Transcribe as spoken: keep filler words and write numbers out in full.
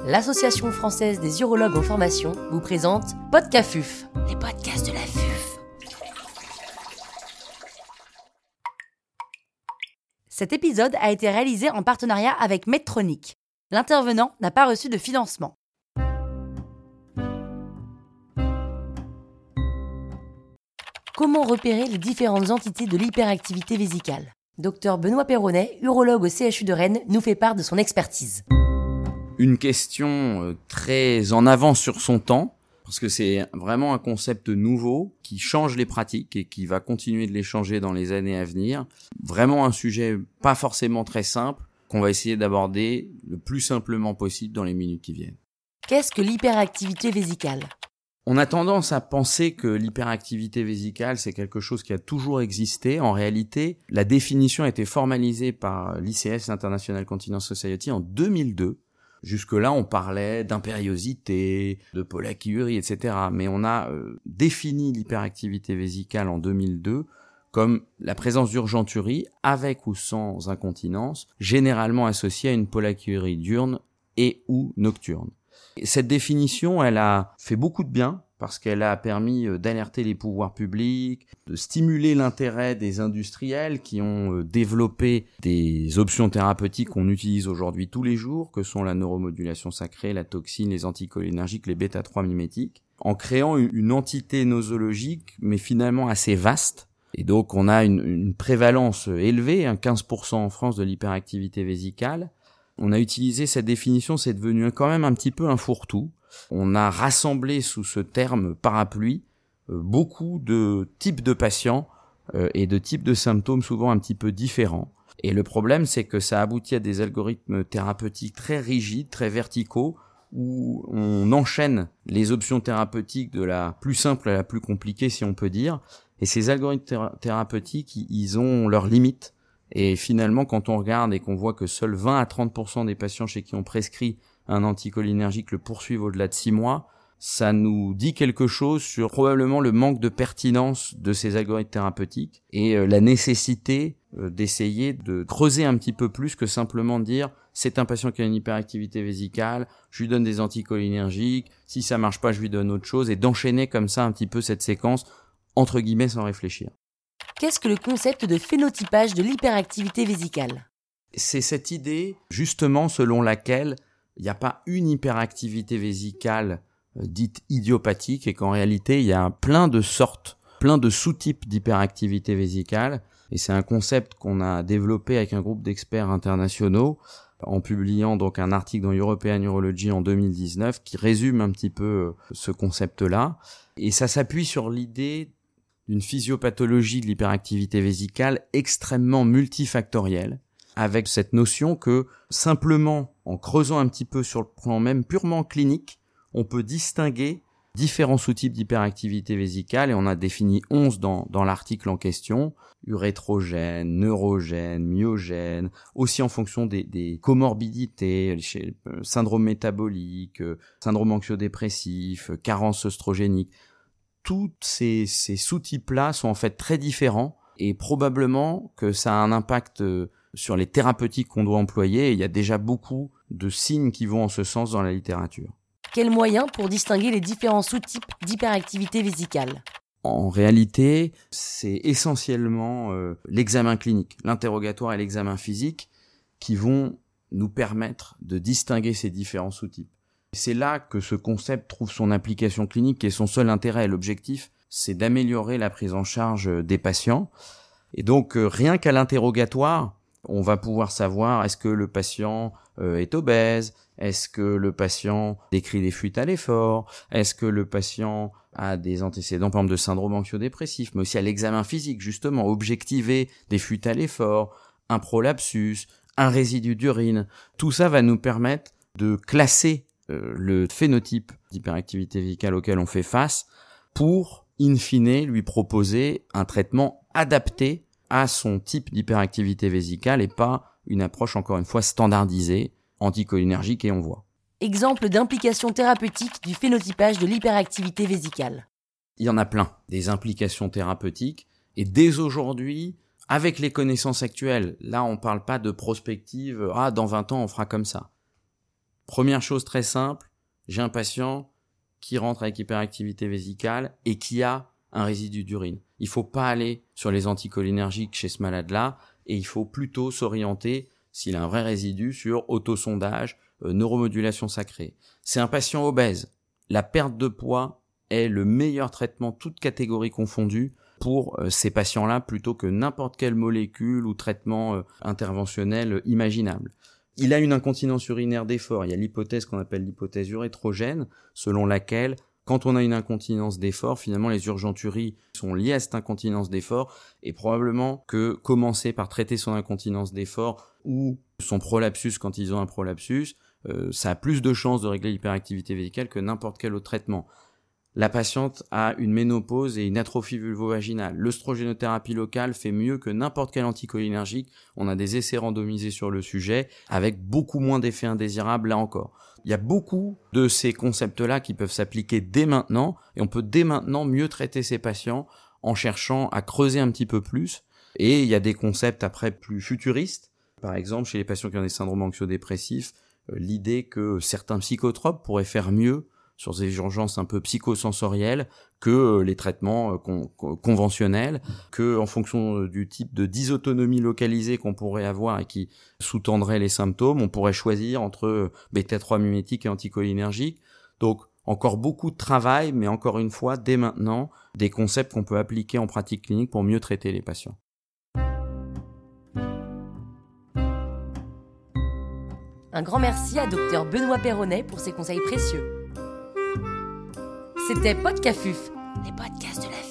l'Association française des urologues en formation vous présente Podcafuf, les podcasts de la F U F. Cet épisode a été réalisé en partenariat avec Medtronic. L'intervenant n'a pas reçu de financement. Comment repérer les différentes entités de l'hyperactivité vésicale ? Docteur Benoît Perronnet, urologue au C H U de Rennes, nous fait part de son expertise. Une question très en avance sur son temps, parce que c'est vraiment un concept nouveau qui change les pratiques et qui va continuer de les changer dans les années à venir. Vraiment un sujet pas forcément très simple, qu'on va essayer d'aborder le plus simplement possible dans les minutes qui viennent. Qu'est-ce que l'hyperactivité vésicale ? On a tendance à penser que l'hyperactivité vésicale, c'est quelque chose qui a toujours existé. En réalité, la définition a été formalisée par l'I C S, International Continence Society, en deux mille deux. Jusque-là, on parlait d'impériosité, de pollakiurie, et cetera. Mais on a euh, défini l'hyperactivité vésicale en deux mille deux comme la présence d'urgenturie avec ou sans incontinence, généralement associée à une pollakiurie diurne et ou nocturne. Cette définition, elle a fait beaucoup de bien parce qu'elle a permis d'alerter les pouvoirs publics, de stimuler l'intérêt des industriels qui ont développé des options thérapeutiques qu'on utilise aujourd'hui tous les jours, que sont la neuromodulation sacrée, la toxine, les anticholinergiques, les bêta trois mimétiques, en créant une entité nosologique, mais finalement assez vaste. Et donc on a une, une prévalence élevée, hein, quinze pour cent en France de l'hyperactivité vésicale. On a utilisé cette définition, c'est devenu quand même un petit peu un fourre-tout. On a rassemblé sous ce terme parapluie euh, beaucoup de types de patients euh, et de types de symptômes souvent un petit peu différents. Et le problème, c'est que ça aboutit à des algorithmes thérapeutiques très rigides, très verticaux, où on enchaîne les options thérapeutiques de la plus simple à la plus compliquée, si on peut dire. Et ces algorithmes théra- thérapeutiques, ils ont leurs limites. Et finalement, quand on regarde et qu'on voit que seuls vingt à trente pour cent des patients chez qui on prescrit un anticholinergique le poursuivent au-delà de six mois, ça nous dit quelque chose sur probablement le manque de pertinence de ces algorithmes thérapeutiques et euh, la nécessité euh, d'essayer de creuser un petit peu plus que simplement dire c'est un patient qui a une hyperactivité vésicale, je lui donne des anticholinergiques, si ça marche pas, je lui donne autre chose, et d'enchaîner comme ça un petit peu cette séquence entre guillemets sans réfléchir. Qu'est-ce que le concept de phénotypage de l'hyperactivité vésicale ? C'est cette idée, justement, selon laquelle il n'y a pas une hyperactivité vésicale euh, dite idiopathique et qu'en réalité, il y a plein de sortes, plein de sous-types d'hyperactivité vésicale. Et c'est un concept qu'on a développé avec un groupe d'experts internationaux en publiant donc un article dans European Urology en deux mille dix-neuf qui résume un petit peu ce concept-là. Et ça s'appuie sur l'idée d'une physiopathologie de l'hyperactivité vésicale extrêmement multifactorielle, avec cette notion que simplement en creusant un petit peu sur le plan même purement clinique, on peut distinguer différents sous-types d'hyperactivité vésicale, et on a défini onze dans, dans l'article en question: urétrogène, neurogène, myogène, aussi en fonction des, des comorbidités, chez, euh, syndrome métabolique, euh, syndrome anxiodépressif, euh, carence œstrogénique. Tous ces, ces sous-types-là sont en fait très différents et probablement que ça a un impact sur les thérapeutiques qu'on doit employer, et il y a déjà beaucoup de signes qui vont en ce sens dans la littérature. Quels moyens pour distinguer les différents sous-types d'hyperactivité vésicale ? En réalité, c'est essentiellement euh, l'examen clinique, l'interrogatoire et l'examen physique qui vont nous permettre de distinguer ces différents sous-types. C'est là que ce concept trouve son application clinique et son seul intérêt. L'objectif, c'est d'améliorer la prise en charge des patients. Et donc, euh, rien qu'à l'interrogatoire, on va pouvoir savoir est-ce que le patient euh, est obèse, est-ce que le patient décrit des fuites à l'effort, est-ce que le patient a des antécédents, par exemple, de syndrome anxiodépressif, mais aussi à l'examen physique, justement, objectiver des fuites à l'effort, un prolapsus, un résidu d'urine. Tout ça va nous permettre de classer euh, le phénotype d'hyperactivité vésicale auquel on fait face pour, in fine, lui proposer un traitement adapté à son type d'hyperactivité vésicale et pas une approche, encore une fois, standardisée, anticholinergique et on voit. Exemple d'implication thérapeutique du phénotypage de l'hyperactivité vésicale. Il y en a plein, des implications thérapeutiques, et dès aujourd'hui, avec les connaissances actuelles, là on parle pas de prospective, ah dans vingt ans on fera comme ça. Première chose très simple, j'ai un patient qui rentre avec hyperactivité vésicale et qui a un résidu d'urine. Il faut pas aller sur les anticholinergiques chez ce malade-là et il faut plutôt s'orienter, s'il a un vrai résidu, sur autosondage, euh, neuromodulation sacrée. C'est un patient obèse. La perte de poids est le meilleur traitement, toutes catégories confondues, pour euh, ces patients-là plutôt que n'importe quelle molécule ou traitement euh, interventionnel imaginable. Il a une incontinence urinaire d'effort. Il y a l'hypothèse qu'on appelle l'hypothèse urétrogène, selon laquelle, quand on a une incontinence d'effort, finalement les urgenturies sont liées à cette incontinence d'effort et probablement que commencer par traiter son incontinence d'effort ou son prolapsus quand ils ont un prolapsus, euh, ça a plus de chances de régler l'hyperactivité vésicale que n'importe quel autre traitement. La patiente a une ménopause et une atrophie vulvovaginale. L'œstrogénothérapie locale fait mieux que n'importe quel anticholinergique. On a des essais randomisés sur le sujet avec beaucoup moins d'effets indésirables là encore. Il y a beaucoup de ces concepts-là qui peuvent s'appliquer dès maintenant et on peut dès maintenant mieux traiter ces patients en cherchant à creuser un petit peu plus. Et il y a des concepts après plus futuristes. Par exemple, chez les patients qui ont des syndromes anxio-dépressifs, euh, l'idée que certains psychotropes pourraient faire mieux sur des urgences un peu psychosensorielles que les traitements con- conventionnels, que en fonction du type de dysautonomie localisée qu'on pourrait avoir et qui sous-tendrait les symptômes, on pourrait choisir entre bêta trois mimétique et anticholinergique. Donc encore beaucoup de travail, mais encore une fois, dès maintenant, des concepts qu'on peut appliquer en pratique clinique pour mieux traiter les patients. Un grand merci à docteur Benoît Perronnet pour ses conseils précieux. C'était Podcafuf, les podcasts de la